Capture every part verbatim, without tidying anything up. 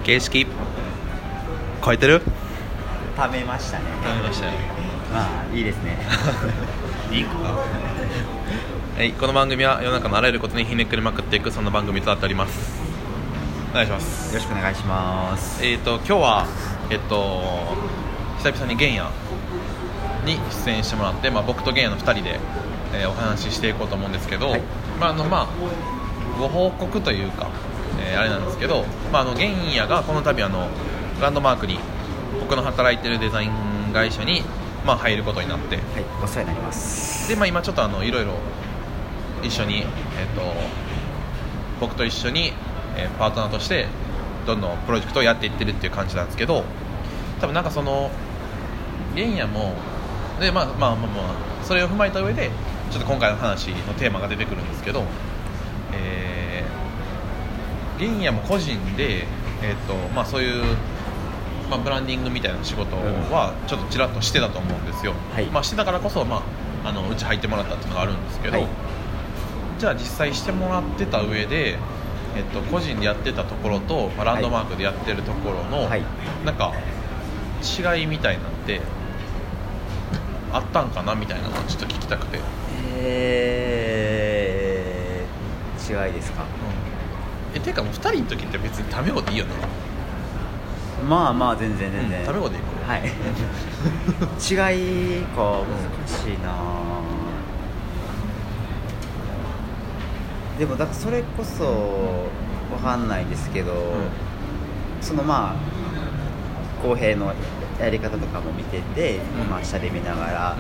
形式超えてる？ 食べましたね。 食べましたね。 まあいいですね。 いいかはい、この番組は世の中のあらゆることにひねくりまくっていくそんな番組となっております。お願いします。 よろしくお願いします。 えーと今日はえっと久々に玄也に出演してもらって、まあ、僕と玄也のふたりで、えー、お話ししていこうと思うんですけど、はい、まああのまあご報告というか、えー、あれなんですけど、まあ、あの玄也がこの度あのランドマークに僕の働いてるデザイン会社に、まあ、入ることになって、はい、 お世話になります。 で、まあ、今ちょっとあのいろいろ一緒に、えー、と僕と一緒に、えー、パートナーとしてどんどんプロジェクトをやっていってるっていう感じなんですけど、多分なんかその玄也もで、まあまあまあまあそれを踏まえた上でちょっと今回の話のテーマが出てくるんですけど、えー、玄也も個人で、えーとまあ、そういう、まあ、ブランディングみたいな仕事はちょっとちらっとしてたと思うんですよ、はい、まあ、してたからこそ、まあ、あのうち入ってもらったっていうのがあるんですけど、はい、じゃあ実際してもらってた上で、えーと、個人でやってたところと、まあ、ランドマークでやってるところの、はい、なんか違いみたいなんてあったんかなみたいなのをちょっと聞きたくて。 えー、違いですか、うん、 えてかもうふたりの時って別にタメ語でいいよね。 まあまあ全然全然、 うん、タメ語でいこう。 はい違いか難しいな、うん、でもだからそれこそわかんないですけど、うん、そのまあ公平のやり方とかも見てて、うん、まあ下で見ながら、うん、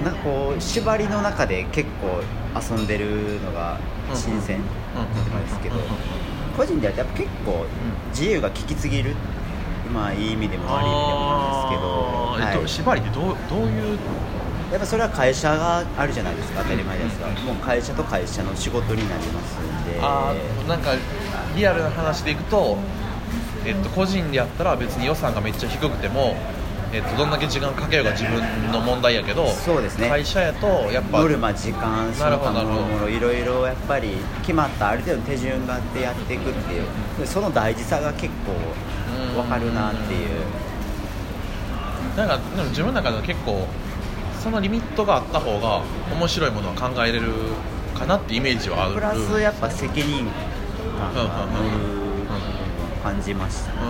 なんかこう縛りの中で結構遊んでるのが新鮮ですけど、個人でやるとやっぱ結構自由が利きすぎる、まあいい意味でも悪い意味でもなんですけど、 はい、縛りってどう、どういう？ やっぱそれは会社があるじゃないですか、当たり前ですが、もう会社と会社の仕事になりますんで。 あー、なんかリアルな話でいくと、えっと、個人でやったら別に予算がめっちゃ低くても、えっと、どんだけ時間かけようが自分の問題やけど、 そうですね、 会社やとやっぱノルマ時間その他のものいろいろやっぱり決まったある程度の手順があってやっていくっていう、その大事さが結構分かるなっていう。 なんかでも自分の中では結構そのリミットがあった方が面白いものは考えれるかなってイメージはある。 プラスやっぱ責任感が乗る感じました、ね、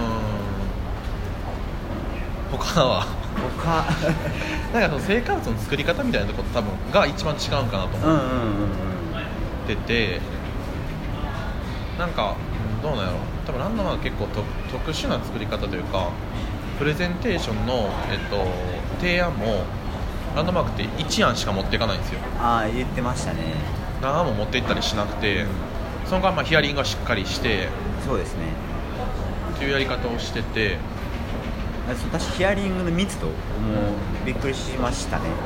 うん。他は他なんかその生活の作り方みたいなところ多分が一番違うんかなと思ってて、なんかどうなんやろ、多分ランドマーク結構と特殊な作り方というか、プレゼンテーションの、えっと、提案もランドマークっていちあんしか持っていかないんですよ。 ああ言ってましたね。 何案も持っていったりしなくて、その間まあヒアリングがしっかりして、 そうですねっていうやり方をしてて、 私ヒアリングの密度もびっくりしましたね。うん、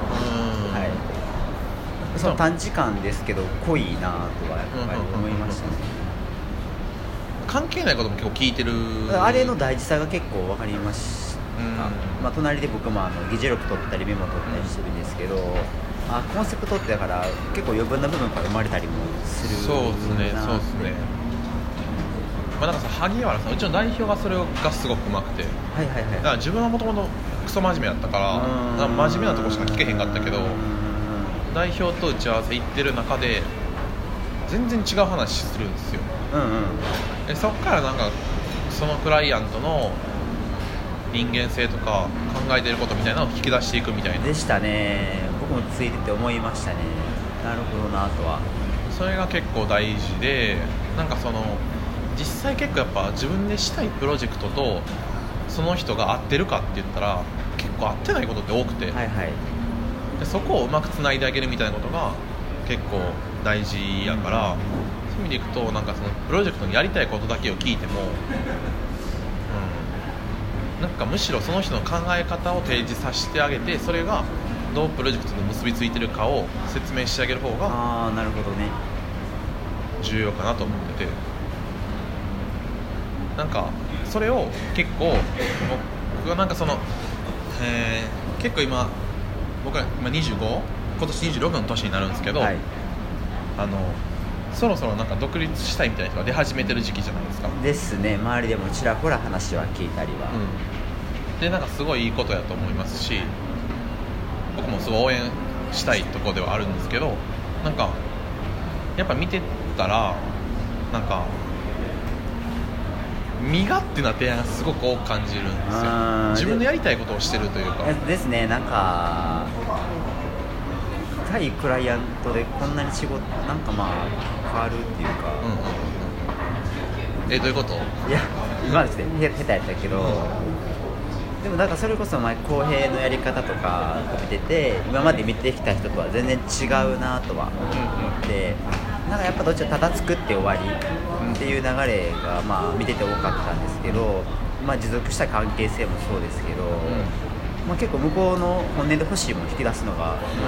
はい、その短時間ですけど濃いなとはやっぱり思いましたね。 関係ないことも結構聞いてる。 あれの大事さが結構分かりました、うんまあ、隣で僕もあの議事録取ったりメモ取ったりしてるんですけど、あコンセプトってだから結構余分な部分から生まれたりもするなって。 そうですねそうですね、まあ、なんかさ萩原さんうちの代表がそれがすごくうまくて、 はいはいはい、 だから自分はもともとクソ真面目やったから真面目なとこしか聞けへんかったけど、代表と打ち合わせ行ってる中で全然違う話するんですよ、うんうん、でそっからなんかそのクライアントの人間性とか考えてることみたいなのを引き出していくみたいなでしたね。僕もついてて思いましたね。なるほどなとは。 それが結構大事で、なんかその実際結構やっぱ自分でしたいプロジェクトとその人が合ってるかって言ったら結構合ってないことって多くて、はいはい、でそこをうまくつないであげるみたいなことが結構大事やから、うん、そういう意味でいくとなんかそのプロジェクトにやりたいことだけを聞いても、うん、なんかむしろその人の考え方を提示させてあげて、それがどうプロジェクトと結びついてるかを説明してあげる方があーなるほどね重要かなと思ってて、なんかそれを結構僕はなんかその、えー、結構今僕は今にじゅうご、今年にじゅうろくの年になるんですけど、はい、あのそろそろなんか独立したいみたいな人が出始めてる時期じゃないですか。 ですね。周りでもちらほら話は聞いたりは、 うん、でなんかすごいいいことやと思いますし、僕もすごい応援したいところではあるんですけど、なんかやっぱ見てたらなんか身勝手な提案がすごく多く感じるんですよ。自分のやりたいことをしてるというかですね。なんか対クライアントでこんなに仕事なんかまあ変わるっていうか、 うんうんうん、えどういうこと？ いや今ですね下手やったけど、うん、でもなんかそれこそ前公平のやり方とか見てて今まで見てきた人とは全然違うなとは思って、うんうん、なんかやっぱどっちもただ作って終わりっていう流れがまあ見てて多かったんですけど、まあ、持続した関係性もそうですけど、うんまあ、結構向こうの本音で欲しいものを引き出すのがうまいなと思って、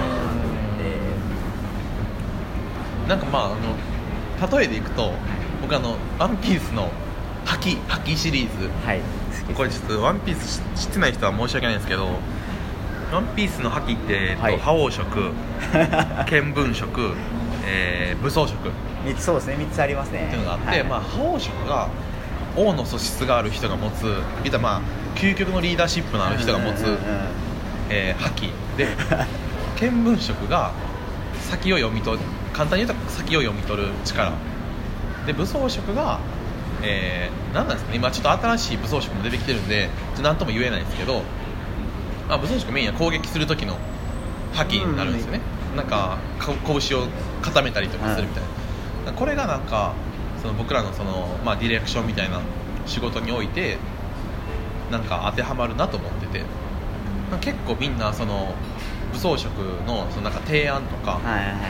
なんかまああの例えでいくと僕あのワンピースのハキハキシリーズ、 はい、 これちょっとワンピース知ってない人は申し訳ないんですけど、ワンピースのハキって、はい、覇王色見聞色、えー、武装色そうですね、みっつありますねっていうのがあって、 はいまあ、覇王色が王の素質がある人が持ついたまあ究極のリーダーシップのある人が持つ、うんうんうんえー、覇気で見聞色が先を読み取る、簡単に言うと先を読み取る力で、武装色が、えー、何なんですかね、今ちょっと新しい武装色も出てきてるんで何とも言えないんですけど、まあ、武装色メインは攻撃する時の覇気になるんですよね、うんうん、なんか拳を固めたりとかするみたいな、うん、これがなんかその僕らのその、まあ、ディレクションみたいな仕事においてなんか当てはまるなと思ってて、結構みんなその武装色 の, そのなんか提案とか、はいはいはいはい、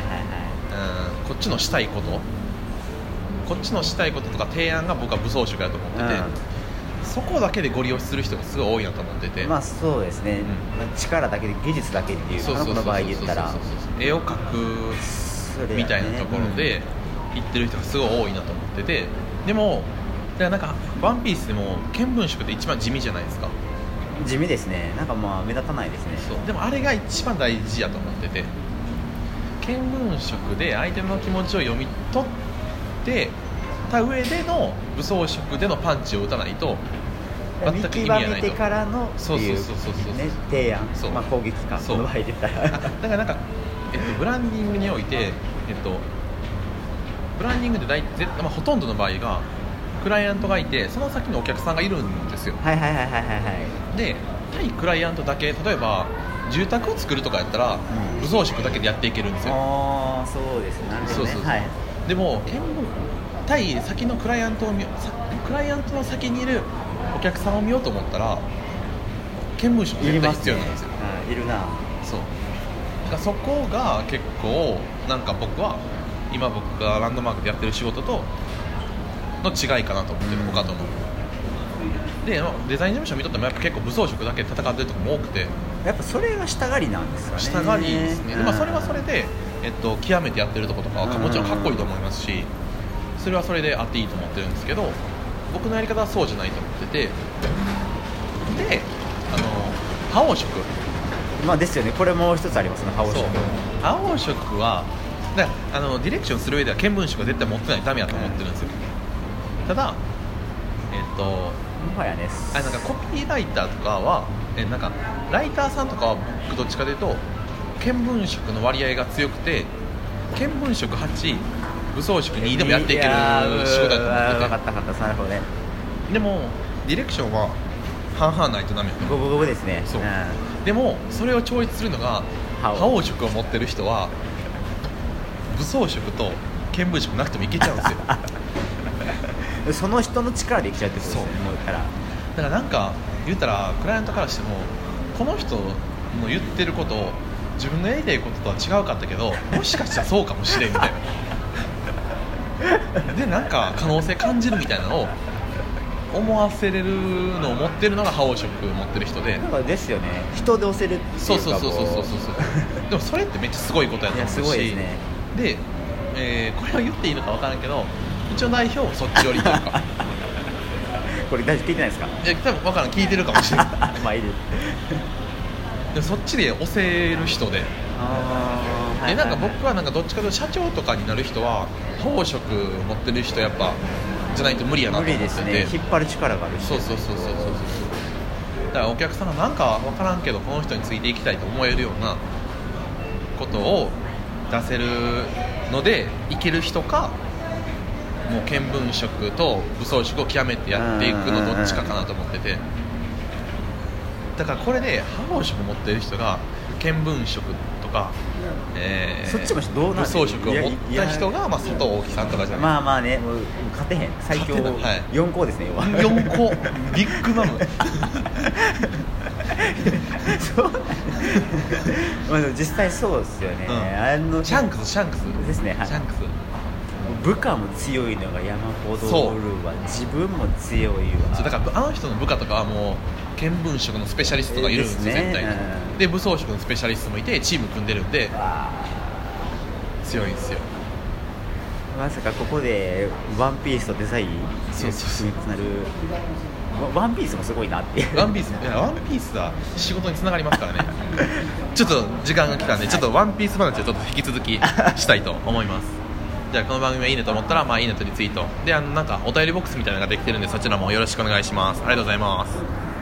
うん、こっちのしたいことこっちのしたいこととか提案が僕は武装色だと思ってて、うん、そこだけでご利用する人がすごい多いなと思ってて、 まあそうですね、うん、力だけで技術だけっていうかな、この場合で言ったら絵を描くみたいなところで言ってる人がすごい多いなと思ってて、でもだからなんかワンピースでも見聞色って一番地味じゃないですか。 地味ですね、なんかまあ目立たないですね。 そうでもあれが一番大事やと思ってて、見聞色で相手の気持ちを読み取ってた上での武装色でのパンチを打たないと全く意味がないと。見極めてからのっていう提案、まあ、攻撃感この場合で言ったらだからなんか、えっと、ブランディングにおいて、えっと、ブランディングで大体、まあ、ほとんどの場合がクライアントがいてその先のお客さんがいるんですよ。 はいはいはいはいはいで対クライアントだけ、例えば住宅を作るとかやったら、うん、武装色だけでやっていけるんですよ。 ああそうですね、なるほどね。そうそうそう、はい、 でも見聞対先のクライアントを見クライアントの先にいるお客さんを見ようと思ったら見聞色絶対必要なんですよ。 い, いるな。 そうだからそこが結構なんか僕は今僕がランドマークでやってる仕事との違いかなと思ってる、うん、他とのでデザイン事務所見とってもやっぱ結構武装色だけで戦ってるところも多くて、 やっぱそれがしたがりなんですかね。 したがりですね、うん、でまあ、それはそれで、えっと、極めてやってるところとかはもちろんかっこいいと思いますし、それはそれであっていいと思ってるんですけど、僕のやり方はそうじゃないと思ってて、であの覇王色、 まあですよね、これもう一つありますね、覇王色。 覇王色はだあのディレクションする上では見聞色は絶対持ってないとダメだと思ってるんですよ。ただえっともはやね、 あなんかコピーライターとかはえなんかライターさんとかは僕どっちかというと見聞色の割合が強くて見聞色はち武装色にでもやっていける仕事だと思ってて、分かった分かった、なるほどね。 でもディレクションは半々ないとダメよね。 五分五分ですね。 そう、うん、でもそれを超越するのが覇王色を持ってる人は武装色と見聞色なくてもいけちゃうんですよその人の力でいけちゃうってことですね。もうだからだからなんか言ったらクライアントからしてもこの人の言ってること自分のやりたいこととは違うかったけどもしかしたらそうかもしれんみたいなでなんか可能性感じるみたいなのを思わせれるのを持ってるのが覇王色持ってる人で、 なんかですよね、人で押せるっていうか、 そうそうそうそうそうそうでもそれってめっちゃすごいことやと思うし、いやすごいですね。で、えー、これは言っていいのか分からんけど一応代表そっち寄りというかこれ大丈夫聞いてないですか？ いや多分分からん、聞いてるかもしれないまあいいですでもそっちで押せる人で、 あでなんか僕はなんかどっちかというと社長とかになる人は宝飾持ってる人やっぱじゃないと無理やなと思ってて、 無理ですね、引っ張る力があるし、 そうそうそうそうそうそう、だからお客さんがなんか分からんけどこの人についていきたいと思えるようなことを出せるのでいける人か、もう見聞色と武装色を極めてやっていくのどっちかかなと思ってて、だからこれで覇王色持ってる人が見聞色とか、えー、 そっちもどうなん武装色を持った人がまあ佐藤大木さんとかじゃない、 まあまあね、もう勝てへん、最強よん校ですね、要はよん校ビッグマムそうまあでも実際そうですよね、うん、あのシャンクスシャンクスですね、はい、 シャンクス部下も強いのが山ほどおるわ、自分も強いわ、 そうだからあの人の部下とかはもう見聞色のスペシャリストがいるんですよ、絶対に、うん、で武装色のスペシャリストもいてチーム組んでるんで強いんですよ。 まさかここでワンピースとデザインそうそうそうになる、ワンピースもすごいなってワンピース、いやワンピースは仕事につながりますからねちょっと時間が来たんでちょっとワンピース話をちょっと引き続きしたいと思いますじゃあこの番組がいいねと思ったら、まあ、いいねとリツイートで、あのなんかお便りボックスみたいなのができてるんでそちらもよろしくお願いします。ありがとうございます。